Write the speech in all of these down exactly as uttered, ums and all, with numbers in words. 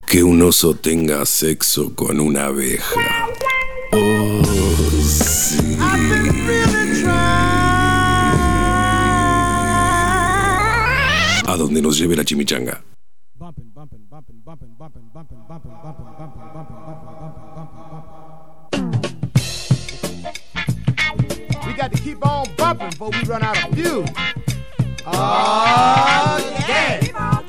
que un oso tenga sexo con una abeja. Oh, sí. A donde nos lleve la chimichanga. We got to keep on bumping before we run out of fuel. Oh, yeah.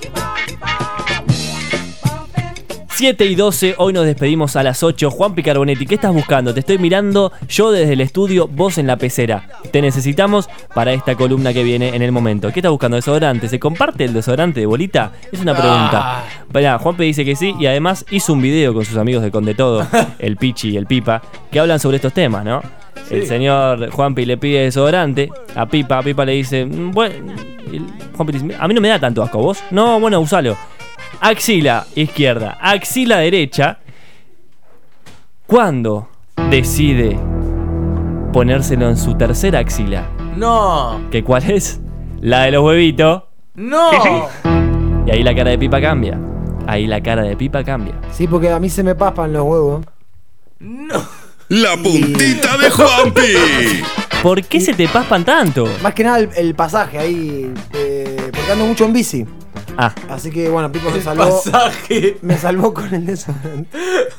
siete y doce, hoy nos despedimos a las ocho. Juanpi Carbonetti, ¿qué estás buscando? Te estoy mirando yo desde el estudio, vos en la pecera. Te necesitamos para esta columna que viene en el momento. ¿Qué estás buscando? ¿Desodorante? ¿Se comparte el desodorante de bolita? Es una pregunta. Mirá, Juanpi dice que sí y además hizo un video con sus amigos de Conde Todo, el Pichi y el Pipa, que hablan sobre estos temas, ¿no? Sí. El señor Juanpi le pide desodorante a Pipa, a Pipa le dice, bueno, Juanpi dice, a mí no me da tanto asco, ¿vos? No, bueno, usalo. Axila izquierda, axila derecha. ¿Cuándo decide ponérselo en su tercera axila? No. ¿Qué cuál es? La de los huevitos. No. Y ahí la cara de Pipa cambia. Ahí la cara de Pipa cambia. Sí, porque a mí se me paspan los huevos. No. La puntita de Juanpi. ¿Por qué se te paspan tanto? Más que nada el, el pasaje ahí, eh, porque ando mucho en bici. Ah. Así que bueno, Pipo me El salvó. pasaje. Me salvó con el desodorante.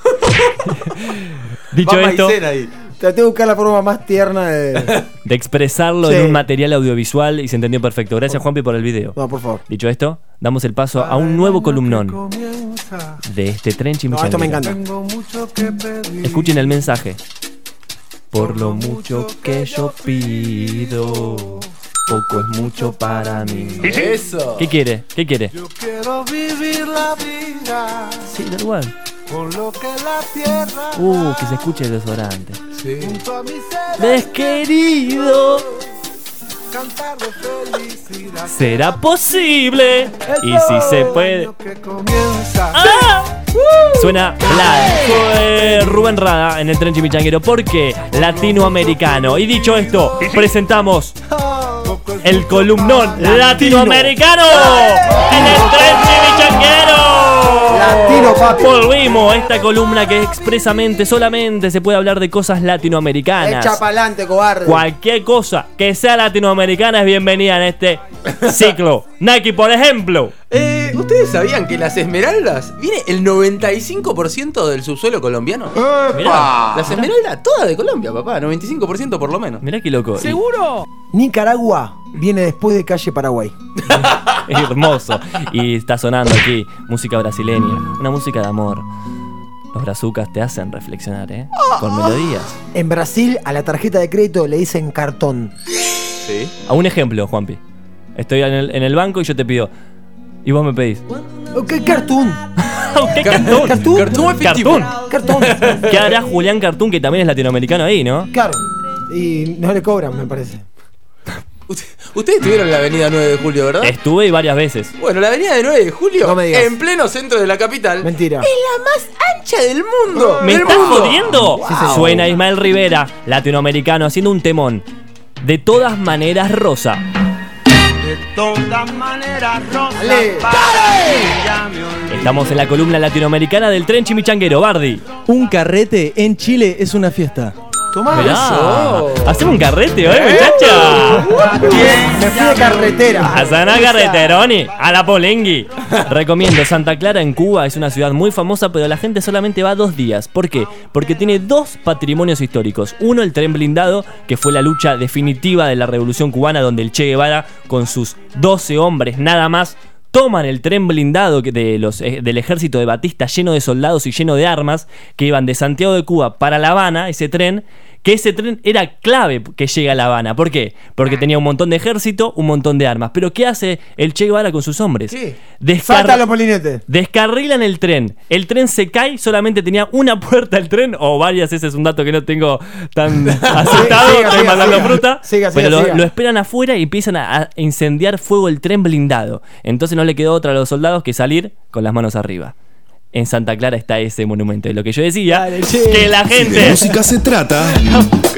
Dicho Va esto, maicena ahí. Traté de buscar la forma más tierna de... de expresarlo Sí. en un material audiovisual y se entendió perfecto. Gracias, Juanpi, por el video. No, por favor. Dicho esto, damos el paso a un nuevo columnón de este tren No, esto me chimichanguero. encanta. Escuchen el mensaje. Por lo mucho que yo pido, poco es mucho para mí. Eso. ¿Qué quiere? ¿Qué quiere? Yo quiero vivir la vida Sí, da igual. con lo que la tierra Uh, que se escuche el desodorante. Sí. junto a mi ser Desquerido, cantar de felicidad. será posible. Y si se puede. Que comienza. ¡Ah! Suena Vlad, fue Rubén Rada en el tren chimichanguero porque latinoamericano. Y dicho esto, presentamos el columnón latinoamericano en el tren chimichanguero. Latino, papi. Volvimos a esta columna que expresamente, solamente se puede hablar de cosas latinoamericanas. Echa pa'lante, cobarde. Cualquier cosa que sea latinoamericana es bienvenida en este ciclo. Nike, por ejemplo. Eh, ¿Ustedes sabían que las esmeraldas viene el noventa y cinco por ciento del subsuelo colombiano? Mirá, Las esmeraldas, todas de Colombia, papá. noventa y cinco por ciento por lo menos. mirá qué loco. ¿Seguro? Nicaragua viene después de Calle Paraguay. Es hermoso. Y está sonando aquí música brasileña, una música de amor. Los brazucas te hacen reflexionar, ¿eh? Con melodías. En Brasil a la tarjeta de crédito le dicen cartón. Sí. A un ejemplo, Juanpi. Estoy en el, en el banco y yo te pido. Y vos me pedís. ¿Qué cartón? ¿Qué cartún? Cartún. Cartún efectivo. Cartún. Cartón. ¿Qué hará Julián Cartún, que también es latinoamericano ahí, no? Claro. Y no le cobran, me parece. Ustedes estuvieron en la avenida nueve de julio, ¿verdad? Estuve y varias veces. Bueno, la avenida de nueve de julio, No me digas. en pleno centro de la capital, Mentira. es la más ancha del mundo. ¿Me del estás mundo. jodiendo? Sí, señor. Suena Ismael Rivera, latinoamericano, haciendo un temón. De todas maneras, Rosa. De todas maneras, Rosa, Dale. para mí ya me olvidé. Estamos en la columna latinoamericana del tren chimichanguero, Bardi. Un carrete en Chile es una fiesta. Tomá. Mirá, hacemos un carrete hoy, muchacha. Me fui de carretera. A Sana Carreteroni, a la Polengui. Recomiendo Santa Clara en Cuba, es una ciudad muy famosa, pero la gente solamente va dos días. ¿Por qué? Porque tiene dos patrimonios históricos. Uno, el tren blindado, que fue la lucha definitiva de la Revolución Cubana, donde el Che Guevara, con sus doce hombres nada más, toman el tren blindado de los, eh, del ejército de Batista, lleno de soldados y lleno de armas, que iban de Santiago de Cuba para La Habana, ese tren, que ese tren era clave que llegue a La Habana. ¿Por qué? Porque tenía un montón de ejército, un montón de armas. Pero ¿qué hace el Che Guevara con sus hombres? ¿Qué? Descar- Salta los polinetes. Descarrilan el tren. El tren se cae, solamente tenía una puerta el tren, o varias, ese es un dato que no tengo tan aceptado, Siga, estoy siga, mandando siga. fruta. Siga, siga, pero lo, siga. lo esperan afuera y empiezan a, a incendiar fuego el tren blindado. Entonces no le quedó otra a los soldados que salir con las manos arriba. En Santa Clara está ese monumento. Y lo que yo decía, Dale, che. que la Si de gente... música se trata,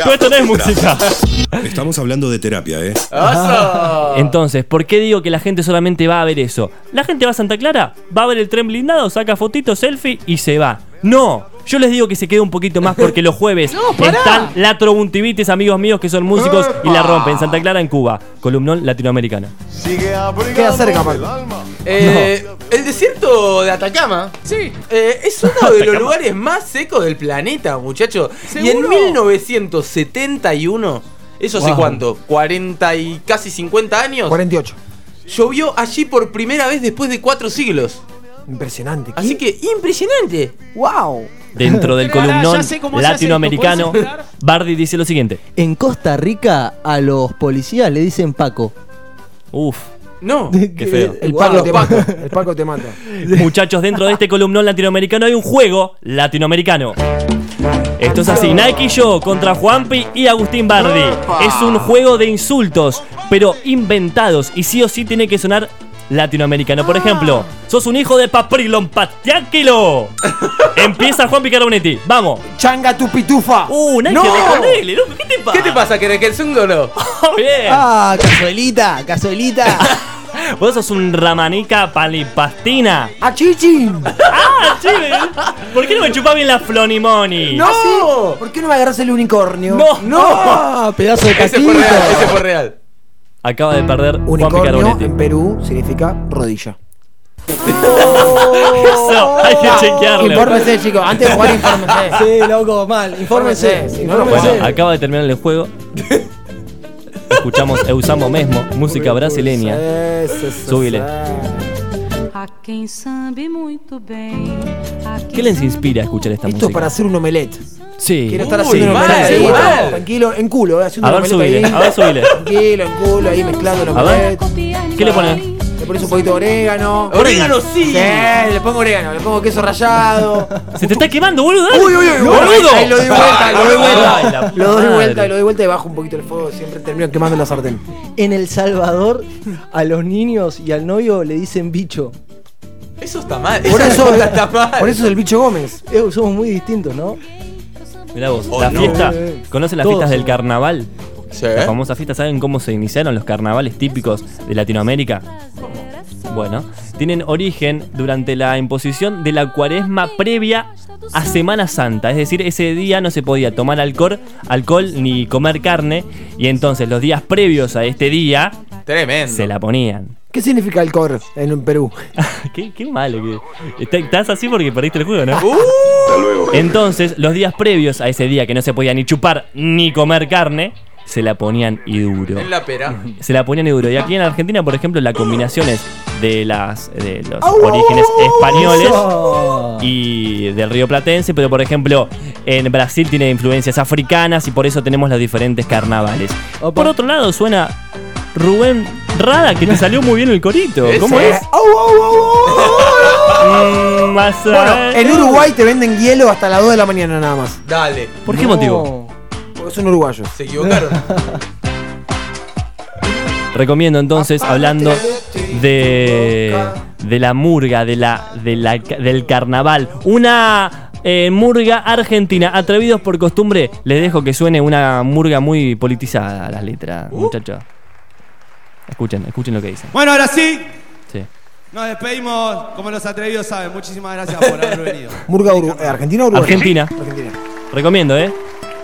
Pero esto no es música. Estamos hablando de terapia, ¿eh? ¡Oso! Entonces, ¿por qué digo que la gente solamente va a ver eso? La gente va a Santa Clara, va a ver el tren blindado, saca fotitos, selfie y se va. ¡No! Yo les digo que se quede un poquito más porque los jueves No, pará. están la Trobuntivitis, amigos míos que son músicos y la rompen. Santa Clara en Cuba, columnón latinoamericano. Queda cerca, Marco. Eh, El desierto de Atacama. Sí. Eh, es uno de los lugares más secos del planeta, muchachos. Y en mil novecientos setenta y uno, eso hace Wow. cuánto, cuarenta y casi cincuenta años, cuarenta y ocho. llovió allí por primera vez después de cuatro siglos. Impresionante. Así que impresionante. ¡Wow! Dentro del Pará, columnón ya sé cómo se hace latinoamericano, esto, ¿podés explicar? Bardi dice lo siguiente. En Costa Rica a los policías le dicen Paco. Uf, No. qué feo. El Guau, Paco te Paco. mata. El Paco te mata. Muchachos, dentro de este columnón latinoamericano hay un juego latinoamericano. Esto es así, Nike y yo contra Juanpi y Agustín Bardi. Es un juego de insultos, pero inventados, y sí o sí tiene que sonar latinoamericano. Por ejemplo, sos un hijo de paprilón patiáquilo. Empieza Juanpi Carbonetti, vamos. ¡Changa tu pitufa! Uh, Nike, No. respondele, loco, ¿qué te pasa? ¿Qué te pasa, que que el zungo no? Bien. Ah, cazuelita, cazuelita. Vos sos un ramanica palipastina. ¡A Chichi! Ah, chive. ¿Por qué no me chupás bien la flonimoni? ¡No! ¿Por qué no me agarras el unicornio? No. ¡No! Ah, pedazo de Ese caquito. fue real, ese fue real. Acaba de perder Juanpi Unicornio Carbonetti. en Perú significa rodilla. Eso, hay que chequearlo. Infórmese, chicos. Antes de jugar, infórmese. Sí, loco, mal. Infórmese. Si no, no infórmese. Bueno, acaba de terminar el juego. Escuchamos Eusamo Mesmo, música brasileña. Eso, eso, Súbile. A quem sabe muito bem. A quem ¿Qué les sabe inspira a escuchar esta Esto es música? para hacer un omelette. Sí. Quiero estar Uy, haciendo un mal, omelette. Sí, mal. tranquilo, en culo, eh, haciendo A un ver, omelette subile, ahí. a ver, subile. Tranquilo, en culo, ahí mezclando el A ver. omelette. ¿Qué le pones? Le pones un poquito de orégano. ¡Orégano sí! Sí, le pongo orégano, le pongo queso rallado. Se te está quemando, boludo. dale. Uy, uy, uy, boludo. Ahí lo doy vuelta, lo doy Ay, vuelta. la Lo doy madre. vuelta, lo doy vuelta y bajo un poquito el fuego. Siempre termino quemando la sartén. En El Salvador, a los niños y al novio le dicen bicho. Eso está mal. Por Esa eso, respuesta está mal. por eso es el bicho Gómez. Eh, somos muy distintos, ¿no? Mirá vos, Oh, la no. fiesta. ¿Conocen las Todos fiestas del somos. carnaval? Sí. Las famosas fiestas, ¿saben cómo se iniciaron los carnavales típicos de Latinoamérica? Bueno, tienen origen durante la imposición de la cuaresma previa a Semana Santa. Es decir, ese día no se podía tomar alcohol, alcohol ni comer carne. Y entonces los días previos a este día Tremendo. se la ponían. ¿Qué significa el cor en Perú? qué, qué malo que. Está- Estás así porque perdiste el juego, ¿no? Uh, Hasta luego. Entonces, los días previos a ese día que no se podía ni chupar ni comer carne, se la ponían y duro. en la pera. Se la ponían y duro. Y aquí en Argentina, por ejemplo, la combinación es de, las, de los orígenes españoles Eso. y del río platense, pero por ejemplo, en Brasil tiene influencias africanas y por eso tenemos los diferentes carnavales. Opa. Por otro lado, suena Rubén Rada, que te salió muy bien el corito. Ese. ¿Cómo es? Au, au, au, au. Mm, más Bueno, a- en Uruguay te venden hielo hasta las dos de la mañana nada más. Dale. ¿Por qué No. motivo? Porque son uruguayos. Se equivocaron. Recomiendo entonces, hablando de, de la murga, de la, de la, del carnaval, una eh, murga argentina, atrevidos por costumbre, les dejo que suene una murga muy politizada las letras, muchachos. Escuchen, escuchen lo que dicen. Bueno, ahora sí, Sí. nos despedimos como los atrevidos saben. Muchísimas gracias por haber venido. Murga Uru- eh, ¿Argentina o Uruguay? Argentina. Argentina. Recomiendo, ¿eh?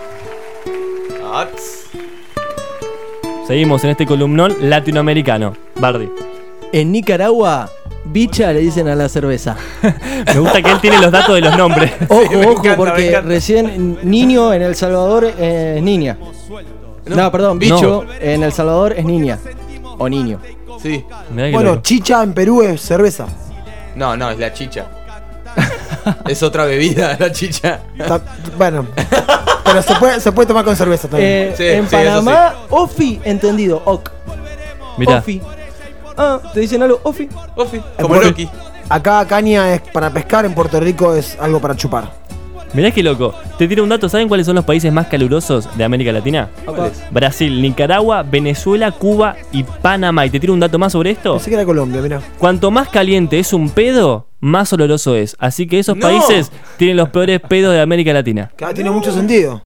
Seguimos en este columnón latinoamericano. Bardi. En Nicaragua, bicha le dicen a la cerveza. Me gusta que él tiene los datos de los nombres. Ojo, me ojo, encanta, me porque encanta. recién niño en El Salvador eh, es niña. No, perdón, bicho en El Salvador es niña. O niño. Sí. Mirá que Bueno, loco. chicha en Perú es cerveza. No, no, es la chicha. Es otra bebida, la chicha. Ta- bueno, pero se puede, se puede tomar con cerveza también. Eh, Sí, en sí, eso Panamá, Ofi, entendido. Ok. Mirá. Ofi. Ah, ¿te dicen algo? Ofi. Ofi, como Bueno, Loki. Acá caña es para pescar, en Puerto Rico es algo para chupar. Mirá qué loco. Te tiro un dato. ¿Saben cuáles son los países más calurosos de América Latina? ¿Cuáles? Brasil, Nicaragua, Venezuela, Cuba y Panamá. Y te tiro un dato más sobre esto. Pensé que era Colombia, mira. Cuanto más caliente es un pedo, más oloroso es. Así que esos No. países tienen los peores pedos de América Latina. Tiene mucho sentido.